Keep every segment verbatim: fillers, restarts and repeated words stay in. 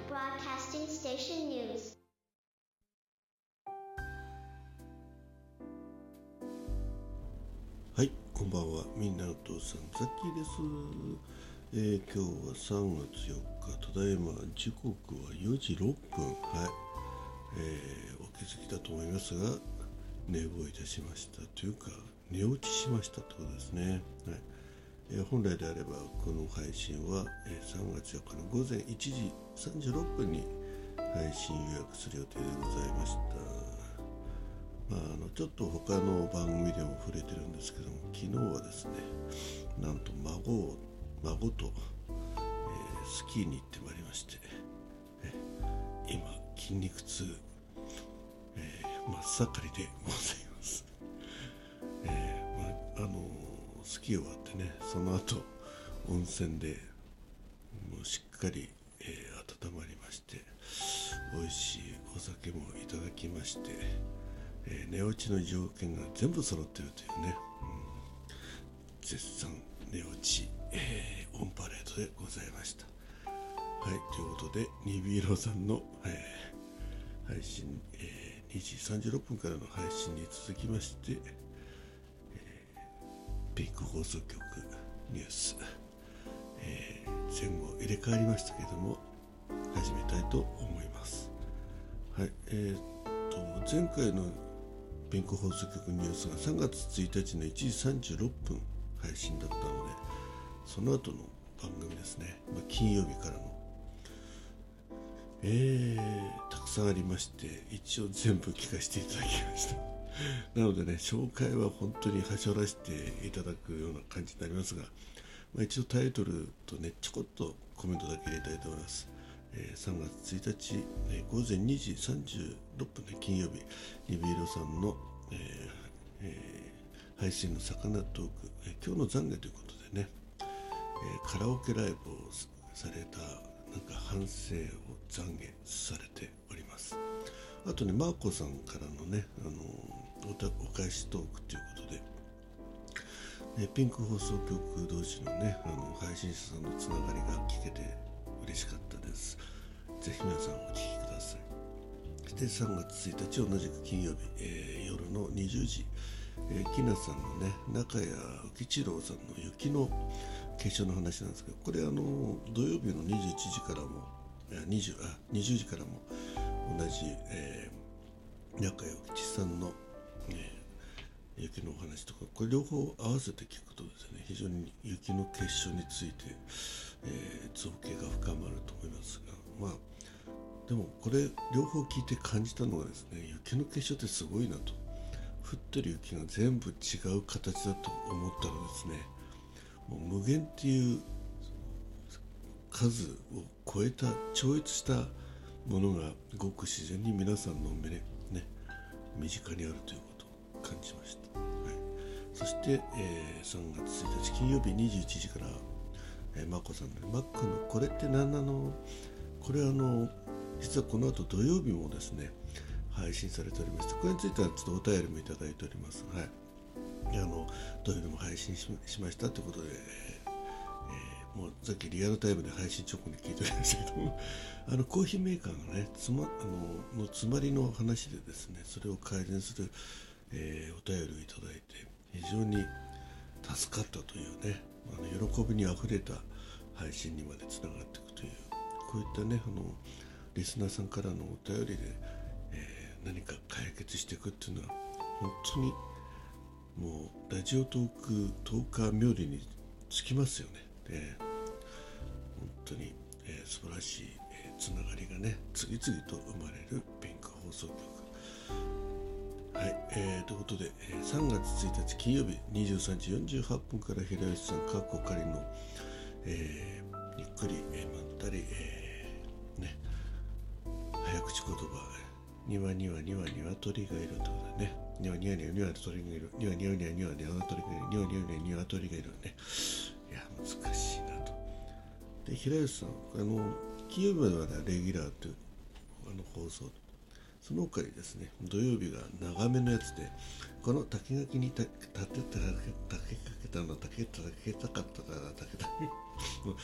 Broadcasting Station News. はい、こんばんは。みんなのお父さん、ザッキーです。えー、今日はさんがつよっか、ただいま時刻はよじろっぷん。はい、えー、お気づきだと思いますが、寝坊いたしましたというか、寝落ちしましたということですね。はい、えー、本来であればこの配信は、えー、さんがつよっかのごぜんいちじさんじゅうろっぷんに配信予約する予定でございました。まあ、あのちょっと他の番組でも触れてるんですけども、昨日はですね、なんと孫を孫と、えー、スキーに行ってまいりまして、え今筋肉痛、えー、真っ盛りでございます。えーまあ、あのスキー終わってね、その後温泉でもうしっかり、えー、温まりまして、美味しいお酒もいただきまして、えー、寝落ちの条件が全部揃っているというね、うん、絶賛寝落ち、えー、オンパレードでございました。はい、ということでニビーロさんの、えー、配信、えー、にじさんじゅうろっぷんからの配信に続きまして、えー、ピンク放送局ニュース、えー、前後入れ替わりましたけれども始めたいと思います。はい、えー、と前回のピンク放送局ニュースがさんがつついたちのいちじさんじゅうろっぷん配信だったので、その後の番組ですね、まあ、金曜日からの、えー、たくさんありまして、一応全部聞かせていただきましたなのでね、紹介は本当にはしょらせていただくような感じになりますが、まあ、一応タイトルとね、ちょこっとコメントだけ入れたいと思います。えー、さんがつついたち、えー、ごぜんにじさんじゅうろっぷんで金曜日、ニビーロさんの、えーえー、配信の魚トーク、えー、今日の懺悔ということでね、えー、カラオケライブをされたなんか反省を懺悔されております。あとね、マーコさんからのね、あのー、お, たお返しトークということで、えー、ピンク放送局同士のね、あの配信者さんのつながりが聞けて嬉しかったです。ぜひ皆さんお聞きください。そしてさんがつついたち同じく金曜日、えー、夜のにじゅうじ、えー、きなさんのね、中谷浮一郎さんの雪の結晶の話なんですけど、これあの土曜日のにじゅういちじからも 20, あにじゅうじからも同じ、えー、中谷浮一さんの、えー、雪のお話とか、これ両方合わせて聞くとですね、非常に雪の結晶について、えー、造形が深まると思いますが、まあでもこれ両方聞いて感じたのはですね、雪の結晶ってすごいなと。降ってる雪が全部違う形だと思ったらですね、もう無限っていう数を超えた超越したものがごく自然に皆さんの目でね、身近にあるということを感じました。はい、そして、えー、さんがつついたち金曜日にじゅういちじから、えー、マコさんのマックのこれって何なの、これあの実はこの後土曜日もですね配信されておりまして、これについてはちょっとお便りもいただいております。はい、あの土曜日も配信 し, しましたということで、えー、もうさっきリアルタイムで配信直後に聞いておりましたけども、あのコーヒーメーカーがね、つまあのの詰まりの話でですね、それを改善する、えー、お便りをいただいて非常に助かったというね、あの喜びにあふれた配信にまでつながっていくという、こういったね、あのリスナーさんからのお便りで、えー、何か解決していくっていうのは本当にもうラジオトークトーカー冥利につきますよね。で本当に、えー、素晴らしい、えー、つながりがね次々と生まれるピンク放送局。はい、えー、ということで、えー、さんがつついたち金曜日にじゅうさんじよんじゅうはっぷんから平吉さんかっこかりの、えー、ゆっくり、えー、まったり、えー、ね早口言葉、にわにわにわにわ鳥がいるということでね、にわにわにわにわ鳥がいる、にわにわにわにわにわ鳥がいる、にわにわにわにわ鳥がいるね。いや難しいなと。で平吉さん、あの金曜日までは、ね、レギュラーというあの放送、その他にですね土曜日が長めのやつで、この竹垣にた立てた竹かけたの竹立てたかったから竹だ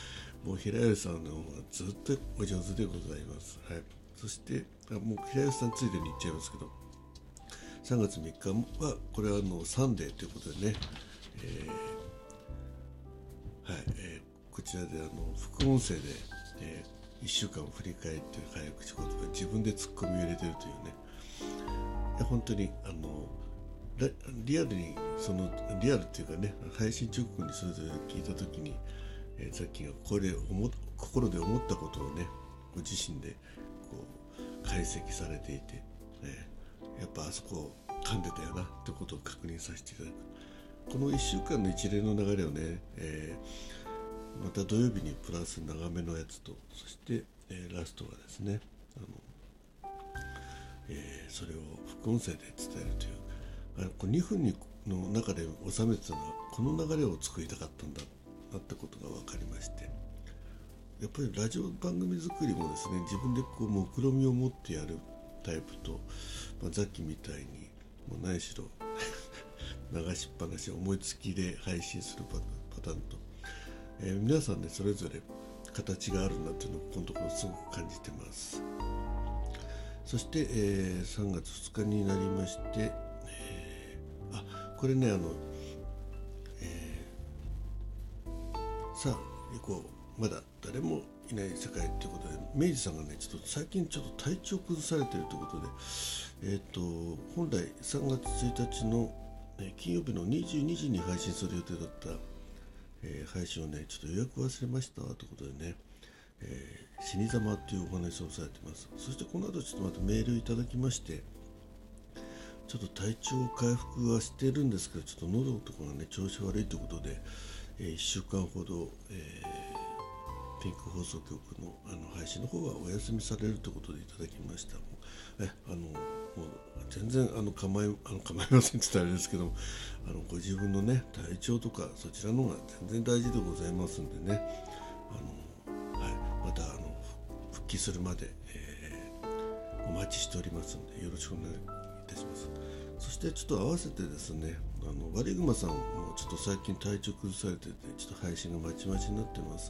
もう平吉さんの方がずっとお上手でございます。はい、そしてあもう平吉さんついでに言っちゃいますけど、さんがつみっかはこれはあのサンデーということでね、えーはいえー、こちらであの副音声で、えー、いっしゅうかんを振り返って早口言葉自分でツッコミを入れてるというね、いや本当にあのリアルにそのリアルっていうかね、配信直後にそれぞれ聞いたときに、えー、さっきがこれ思心で思ったことをね、ご自身でこう解析されていて、えー、やっぱあそこ噛んでたよなってことを確認させていただく。このいっしゅうかんの一連の流れをね、えー、また土曜日にプラス長めのやつと、そして、えー、ラストがですね、あの、えー、それを副音声で伝えるという、あのこうにふんの中で収めてたのはこの流れを作りたかったんだなってことが分かりまして、やっぱりラジオ番組作りもですね、自分でこう目論みを持ってやるタイプと、まあ、ザッキみたいにもう何しろ流しっぱなし思いつきで配信するパターンと、えー、皆さんねそれぞれ形があるなっていうのをこのところすごく感じてます。そして、えー、さんがつふつかになりまして、えー、あこれねあの、えー、さあ行こうまだ誰もいない世界ということで、明治さんがねちょっと最近ちょっと体調崩されているということで、えー、と本来さんがつついたちの、えー、金曜日のにじゅうにじに配信する予定だった、えー、配信をねちょっと予約忘れましたということでね、えー、死にざまというお話をされています。そしてこの後ちょっとまたメールいただきまして、ちょっと体調回復はしているんですけど、ちょっと喉とかがね調子悪いということで、えー、いっしゅうかんほど、えーピンク放送局 の, あの配信の方はお休みされるということでいただきました。えあのもう全然あの構いあの構いませんって言ったらあれですけども、あのご自分のね体調とかそちらの方が全然大事でございますんでね、あの、はい、またあの復帰するまで、えー、お待ちしておりますのでよろしくお願いいたします。そしてちょっと合わせてですね、あのワリグマさんもちょっと最近体調崩されてて、ちょっと配信がまちまちになってます。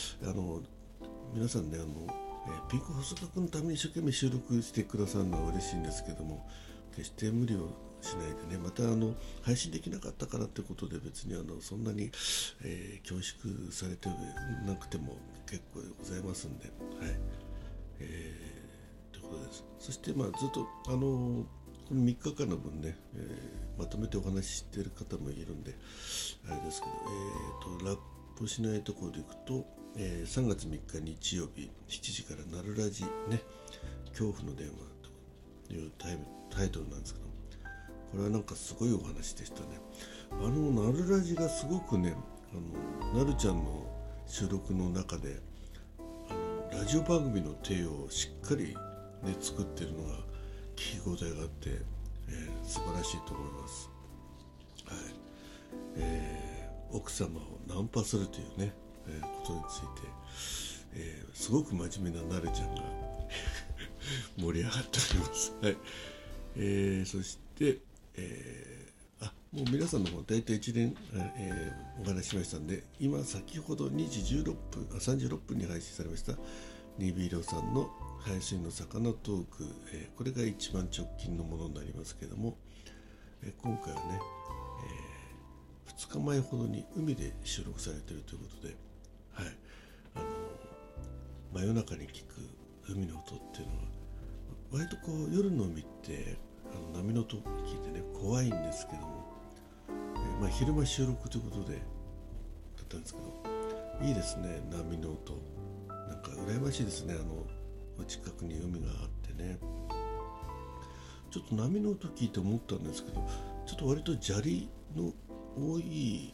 あの皆さんねあの、えー、ピンク放送局のために一生懸命収録してくださるのは嬉しいんですけども、決して無理をしないでね、またあの配信できなかったからってことで別にあのそんなに、えー、恐縮されてなくても結構でございますんで、はい、えー、ということです。そしてまあずっとあのこのみっかかんの分ね、えー、まとめてお話ししている方もいるんであれですけど、えーと、ラップしないところでいくと、えー、さんがつみっか日曜日しちじからなるラジね、恐怖の電話というタイタイトルなんですけど、これはなんかすごいお話でしたね。あのなるラジがすごくね、あのなるちゃんの収録の中であのラジオ番組の体をしっかり、ね、作っているのが聞き応えがあって、えー、素晴らしいと思います。はい、えー、奥様をナンパするというね、えー、ことについて、えー、すごく真面目ななるちゃんが盛り上がっております。はい、えー、そして、えー、あもう皆さんの方大体一連、えー、お話ししましたんで、今先ほどにじじゅうろっぷんあさんじゅうろっぷんに配信されましたニビロさんの配信の魚トーク、えー、これが一番直近のものになりますけども、えー、今回はね、えー、ふつかまえほどに海で収録されているということで、はい、あの真夜中に聞く海の音っていうのは割とこう夜の海ってあの波の音を聞いてね怖いんですけども、えーまあ、昼間収録ということでだったんですけど、いいですね波の音、なんか羨ましいですね。あの近くに海があってね、ちょっと波の音聞いて思ったんですけど、ちょっと割と砂利の多い、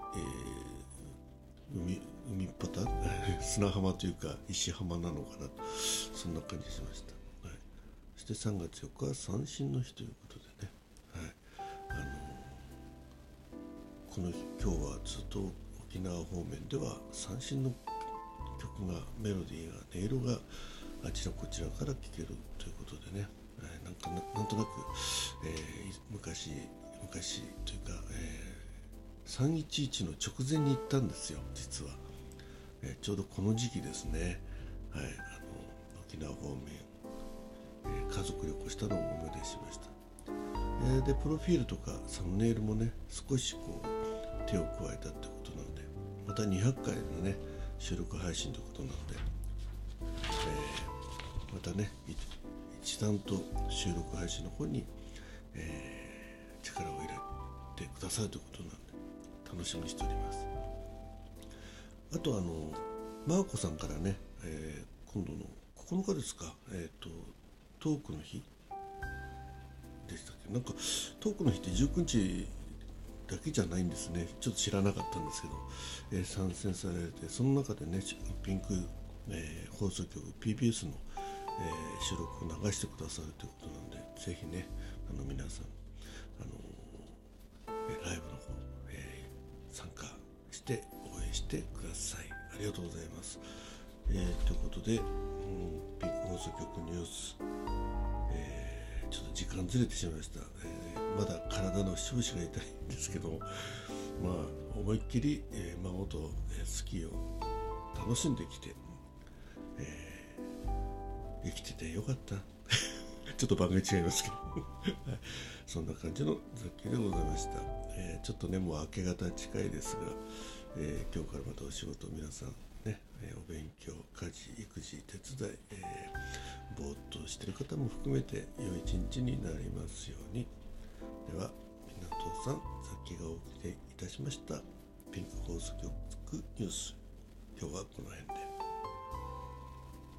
えー、海海っ端砂浜というか石浜なのかな、そんな感じしました。はい、そしてさんがつよっかは三線の日ということでね、はい、あのこの日今日はずっと沖縄方面では三線の曲がメロディーが音色があちらこちらから聴けるということでね、えー、なんか な, なんとなく、えー、昔昔というか、えー、さんいちいちの直前に行ったんですよ実は。 えー、ちょうどこの時期ですね、はい、あの沖縄方面、えー、家族旅行したのを思い出しました。えー、でプロフィールとかサムネイルもね少しこう手を加えたってことなので、またにひゃっかいのね収録配信ということなので、えー、またね一段と収録配信の方に、えー、力を入れてくださいということなんで楽しみにしております。あとあのマーコさんからね、えー、今度のここのかですか、えーと、トークの日でしたっけ、なんかトークの日ってじゅうくにちだけじゃないんですね。ちょっと知らなかったんですけど、えー、参戦されて、その中でねピンク、えー、放送局 ピービーエス の、えー、収録を流してくださるということなので、ぜひねあの皆さん、あのー、ライブの方、えー、参加して応援してください。ありがとうございます。えー、ということで、うん、ピンク放送局ニュース、えー、ちょっと時間ずれてしまいました。えー、まだ体の節々が痛いんですけども、まあ思いっきり、えー、孫と、えー、スキーを楽しんできて、えー、生きててよかったちょっと番組違いますけどそんな感じの雑記でございました。えー、ちょっとねもう明け方近いですが、えー、今日からまたお仕事皆さんね、えー、お勉強、家事、育児、手伝い、えー、ぼーっとしている方も含めて良い一日になりますように。では港さん、雑記がお送りいたしましたピンク放送局ニュース、今日はこの辺で。